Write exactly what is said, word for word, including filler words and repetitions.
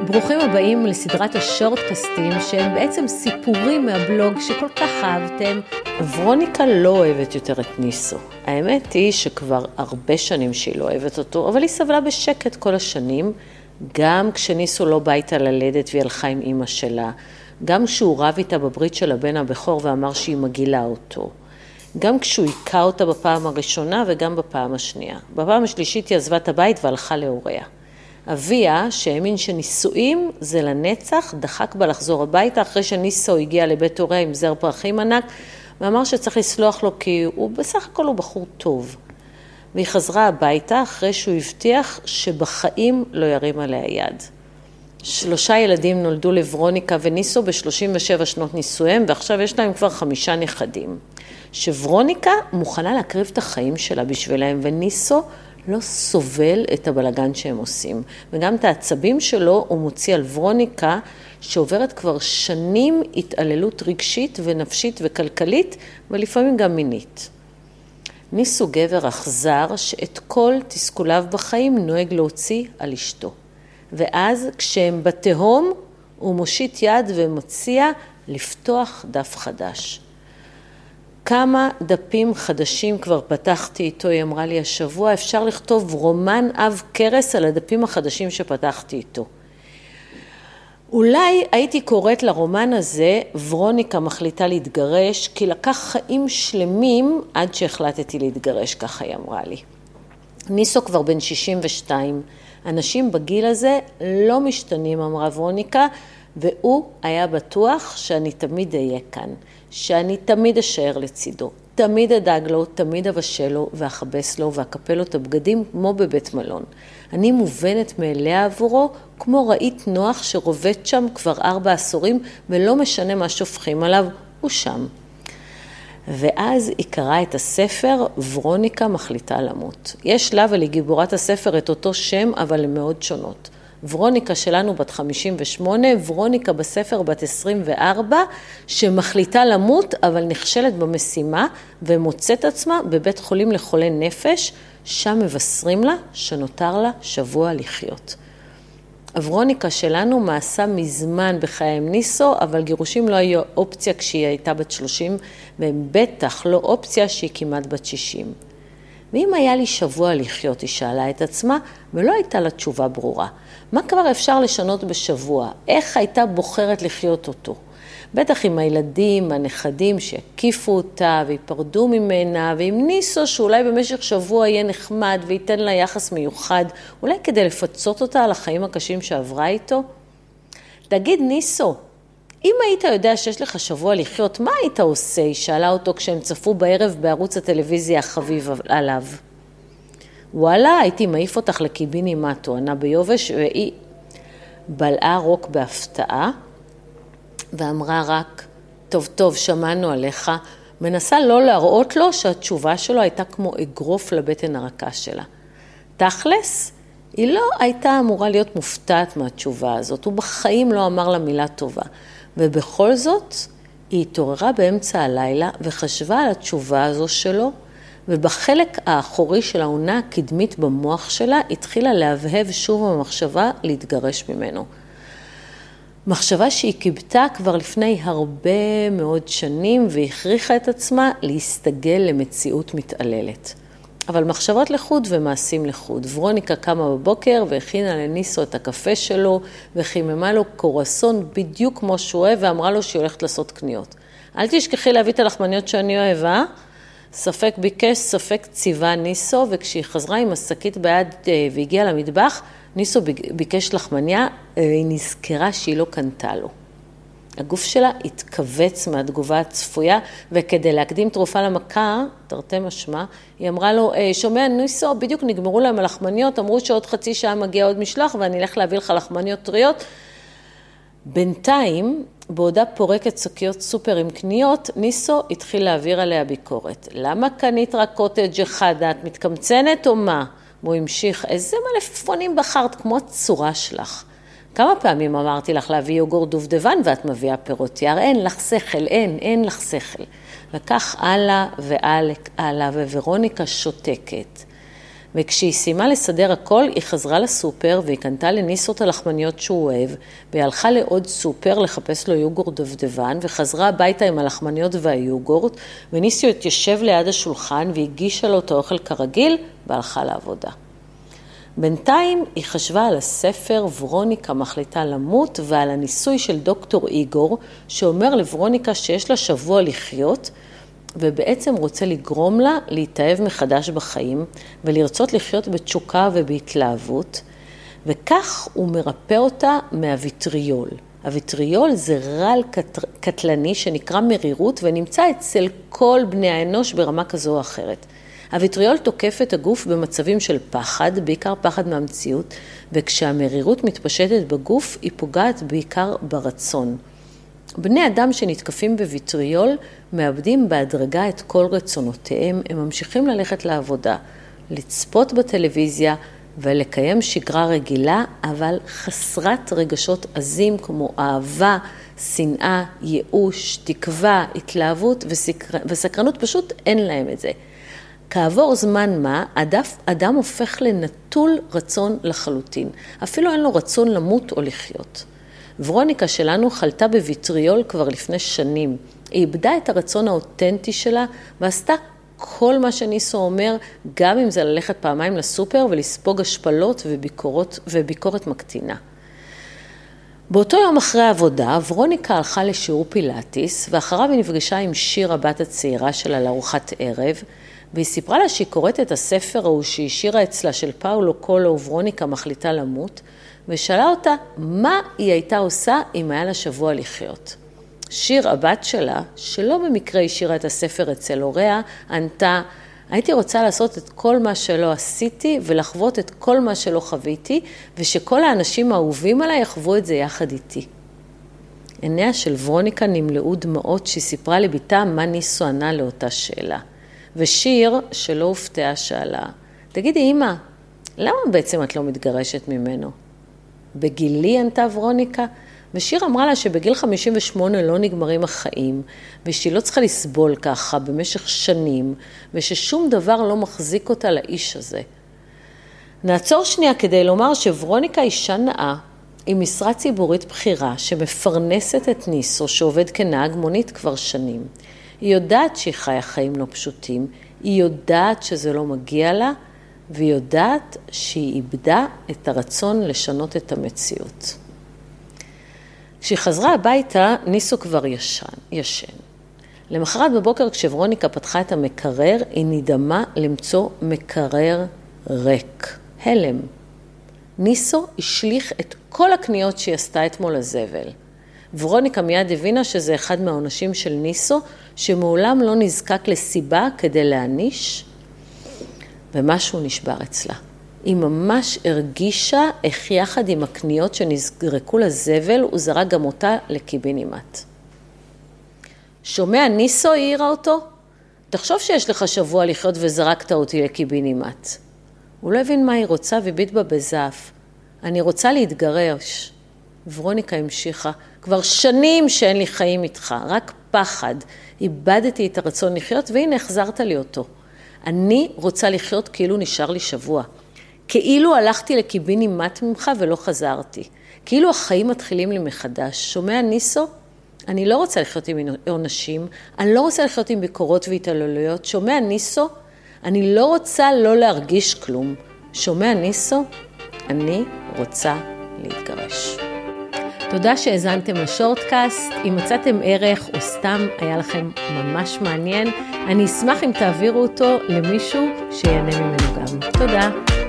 ברוכים הבאים לסדרת השורטקסטים שהם בעצם סיפורים מהבלוג שכל כך אהבתם. ורוניקה לא אוהבת יותר את ניסו. האמת היא שכבר הרבה שנים שהיא לא אוהבת אותו, אבל היא סבלה בשקט כל השנים, גם כשניסו לא בא איתה ללדת והיא הלכה עם אמא שלה, גם כשהוא רב איתה בברית של הבן הבכור ואמר שהיא מגילה אותו, גם כשהוא היכה אותה בפעם הראשונה וגם בפעם השנייה. בפעם השלישית היא עזבה את הבית והלכה להוריה. אביה, שהאמין שנישואים זה לנצח, דחק בה לחזור הביתה אחרי שניסו הגיע לבית הוריה עם זר פרחים ענק, ואמר שצריך לסלוח לו כי הוא בסך הכל הוא בחור טוב. והיא חזרה הביתה אחרי שהוא הבטיח שבחיים לא ירים עליה יד. שלושה ילדים נולדו לוורוניקה וניסו ב-שלושים ושבע שנות נישואיהם, ועכשיו יש להם כבר חמישה נכדים. שוורוניקה מוכנה להקריב את החיים שלה בשבילהם, וניסו לא סובל את הבלגן שהם עושים. וגם את העצבים שלו הוא מוציא על וורוניקה, שעוברת כבר שנים התעללות רגשית ונפשית וכלכלית, ולפעמים גם מינית. ניסו גבר אכזר שאת כל תסכוליו בחיים נוהג להוציא על אשתו. ואז כשהם בתהום הוא מושיט יד ומציע לפתוח דף חדש. כמה דפים חדשים כבר פתחתי איתו, היא אמרה לי השבוע, אפשר לכתוב רומן אב קרס על הדפים החדשים שפתחתי איתו. אולי הייתי קוראת לרומן הזה, ורוניקה מחליטה להתגרש, כי לקח חיים שלמים עד שהחלטתי להתגרש, ככה היא אמרה לי. ניסו כבר בן שישים ושתיים, אנשים בגיל הזה לא משתנים, אמרה ורוניקה, והוא היה בטוח שאני תמיד אהיה כאן, שאני תמיד אשאר לצידו, תמיד אדאג לו, תמיד אבשל לו ואחבס לו ואקפל לו את הבגדים כמו בבית מלון. אני מובנת מאליה עבורו כמו ראית נוח שרובט שם כבר ארבע עשורים ולא משנה מה שופכים עליו, הוא שם. ואז היא קראה את הספר, ורוניקה מחליטה למות. יש לה ולגיבורת הספר את אותו שם, אבל הן מאוד שונות. ורוניקה שלנו בת חמישים ושמונה, ורוניקה בספר בת עשרים וארבע, שמחליטה למות, אבל נכשלת במשימה, ומוצאת עצמה בבית חולים לחולי נפש, שם מבשרים לה שנותר לה שבוע לחיות. ורוניקה שלנו מעשה מזמן בחיים ניסו, אבל גירושים לא היו אופציה כשהיא הייתה בת שלושים, והם בטח לא אופציה שהיא כמעט בת שישים. ואם היה לי שבוע לחיות, היא שאלה את עצמה, ולא הייתה לה תשובה ברורה. מה כבר אפשר לשנות בשבוע? איך הייתה בוחרת לחיות אותו? בטח עם הילדים, הנכדים שיקיפו אותה ויפרדו ממנה, ועם ניסו שאולי במשך שבוע יהיה נחמד וייתן לה יחס מיוחד, אולי כדי לפצות אותה על החיים הקשים שעברה איתו. תגיד ניסו, אם היית יודע שיש לך שבוע לחיות, מה היית עושה? היא שאלה אותו כשהם צפו בערב בערוץ הטלוויזיה החביב עליו. וואלה, הייתי מעיף אותך לקיבינימט, הוא ענה ביובש, והיא בלעה רוק בהפתעה, ואמרה רק, טוב טוב, שמענו עליך, מנסה לא להראות לו שהתשובה שלו הייתה כמו אגרוף לבטן הרכה שלה. תכלס, היא לא הייתה אמורה להיות מופתעת מהתשובה הזאת, הוא בחיים לא אמר לה מילה טובה, ובכל זאת היא התעוררה באמצע הלילה וחשבה על התשובה הזו שלו, ובחלק האחורי של העונה הקדמית במוח שלה התחילה להבהב שוב המחשבה להתגרש ממנו. מחשבה שהיא קיבתה כבר לפני הרבה מאוד שנים והכריחה את עצמה להסתגל למציאות מתעללת. אבל מחשבות לחוד ומעשים לחוד. ורוניקה קמה בבוקר והכינה לניסו את הקפה שלו וחיממה לו קורסון בדיוק כמו שהוא אוהב ואמרה לו שהיא הולכת לעשות קניות. אל תשכחי להביא את הלחמניות שאני אוהבה. ספק ביקש, ספק ציווה ניסו, וכשהיא חזרה עם השקית ביד והגיעה למטבח, ניסו ביקש לחמניה, היא נזכרה שהיא לא קנתה לו. הגוף שלה התכווץ מהתגובה הצפויה, וכדי להקדים תרופה למכה, תרתי משמע, היא אמרה לו, שומע ניסו, בדיוק נגמרו להם הלחמניות, אמרו שעוד חצי שעה מגיע עוד משלוח, ואני אלך להביא לך לחמניות טריות. בינתיים, בעודה פורקת סוכיות סופר עם קניות, ניסו התחיל להעביר עליה ביקורת. למה קנית רק קוטג' אחד? את מתקמצנת או מה? והוא המשיך, איזה מלפפונים בחרת כמו הצורה שלך. כמה פעמים אמרתי לך להביא יוגור דובדבן ואת מביאה פירות יער, אין לך שכל, אין, אין לך שכל. וכך הלאה והלאה, וורוניקה שותקת. וכשהיא סיימה לסדר הכל, היא חזרה לסופר והיא קנתה לניסו את הלחמניות שהוא אוהב, והיא הלכה לעוד סופר לחפש לו יוגורט דבדבן, וחזרה הביתה עם הלחמניות והיוגורט, וניסו התיישב ליד השולחן והגישה לו את האוכל כרגיל, והלכה לעבודה. בינתיים היא חשבה על הספר ורוניקה מחליטה למות, ועל הניסוי של דוקטור איגור, שאומר לוורוניקה שיש לה שבוע לחיות, ובעצם רוצה לגרום לה להתאהב מחדש בחיים, ולרצות לחיות בתשוקה ובהתלהבות, וכך הוא מרפא אותה מהוויטריול. הוויטריול זה רעל קטלני שנקרא מרירות, ונמצא אצל כל בני האנוש ברמה כזו או אחרת. הוויטריול תוקף את הגוף במצבים של פחד, בעיקר פחד מהמציאות, וכשהמרירות מתפשטת בגוף, היא פוגעת בעיקר ברצון. בני אדם שנתקפים בוויטריול מאבדים בהדרגה את כל רצונותיהם, הם ממשיכים ללכת לעבודה, לצפות בטלוויזיה ולקיים שגרה רגילה, אבל חסרת רגשות עזים כמו אהבה, שנאה, ייאוש, תקווה, התלהבות וסקר... וסקרנות, פשוט אין להם את זה. כעבור זמן מה, אדם, אדם הופך לנטול רצון לחלוטין. אפילו אין לו רצון למות או לחיות. ורוניקה שלנו חלתה בוויטריול כבר לפני שנים. היא איבדה את הרצון האותנטי שלה ועשתה כל מה שניסו אומר, גם אם זה ללכת פעמיים לסופר ולספוג השפלות וביקורות, וביקורת מקטינה. באותו יום אחרי העבודה, ורוניקה הלכה לשיעור פילאטיס, ואחריו היא נפגשה עם שיר הבת הצעירה שלה לארוחת ערב, והיא סיפרה לה שהיא קוראת את הספר ההוא שהיא השאירה אצלה של פאולו קולו וורוניקה מחליטה למות, ושאלה אותה מה היא הייתה עושה אם היה לה שבוע לחיות. שיר הבת שלה, שלא במקרה השאירה את הספר אצל הוריה, ענתה, הייתי רוצה לעשות את כל מה שלא עשיתי ולחוות את כל מה שלא חוויתי, ושכל האנשים האהובים עליי יחוו את זה יחד איתי. עיניה של ורוניקה נמלאו דמעות שהיא סיפרה לביתה מה ניסו ענה לאותה שאלה. ושיר שלא הופתעה שאלה, תגידי אמא, למה בעצם את לא מתגרשת ממנו? בגילי ענתה ורוניקה, ושיר אמרה לה שבגיל חמישים ושמונה לא נגמרים החיים, ושהיא לא צריכה לסבול ככה במשך שנים, וששום דבר לא מחזיק אותה לאיש הזה. נעצור שנייה כדי לומר שוורוניקה אישה נאה, עם משרה ציבורית בחירה שמפרנסת את ניסו שעובד כנהג מונית כבר שנים. היא יודעת שהיא חיה חיים לא פשוטים, היא יודעת שזה לא מגיע לה, והיא יודעת שהיא איבדה את הרצון לשנות את המציאות. כשהיא חזרה הביתה, ניסו כבר ישן, ישן. למחרת בבוקר כשוורוניקה פתחה את המקרר, היא נדהמה למצוא מקרר ריק, הלם. ניסו השליך את כל הקניות שהיא עשתה אתמול לזבל. ורוניקה מיד הבינה שזה אחד מהעונשים של ניסו, שמעולם לא נזקק לסיבה כדי להעניש, ומשהו נשבר אצלה. היא ממש הרגישה איך יחד עם הקניות שנזרקו לזבל, הוא זרק גם אותה לקיבינימט. שומע ניסו, העירה אותו? תחשוב שיש לך שבוע לחיות וזרקת אותי לקיבינימט. הוא לא הבין מה היא רוצה וביט בה בזעף. אני רוצה להתגרש. ורוניקה המשיכה, כבר שנים שאין לי חיים איתך, רק פחד. איבדתי את הרצון לחיות והנה החזרת לי אותו. אני רוצה לחיות כאילו נשאר לי שבוע. כאילו הלכתי לקיבינימט ממך ולא חזרתי. כאילו החיים מתחילים לי מחדש. שומע ניסו? אני לא רוצה לחיות עם עונשים, אני לא רוצה לחיות עם ביקורות והתעללויות. שומע ניסו? אני לא רוצה לא להרגיש כלום. שומע ניסו? אני רוצה להתגרש. תודה שהזנתם לשורטקאסט. אם מצאתם ערך או סתם היה לכם ממש מעניין, אני אשמח אם תעבירו אותו למישהו שיהנה ממנו גם. תודה.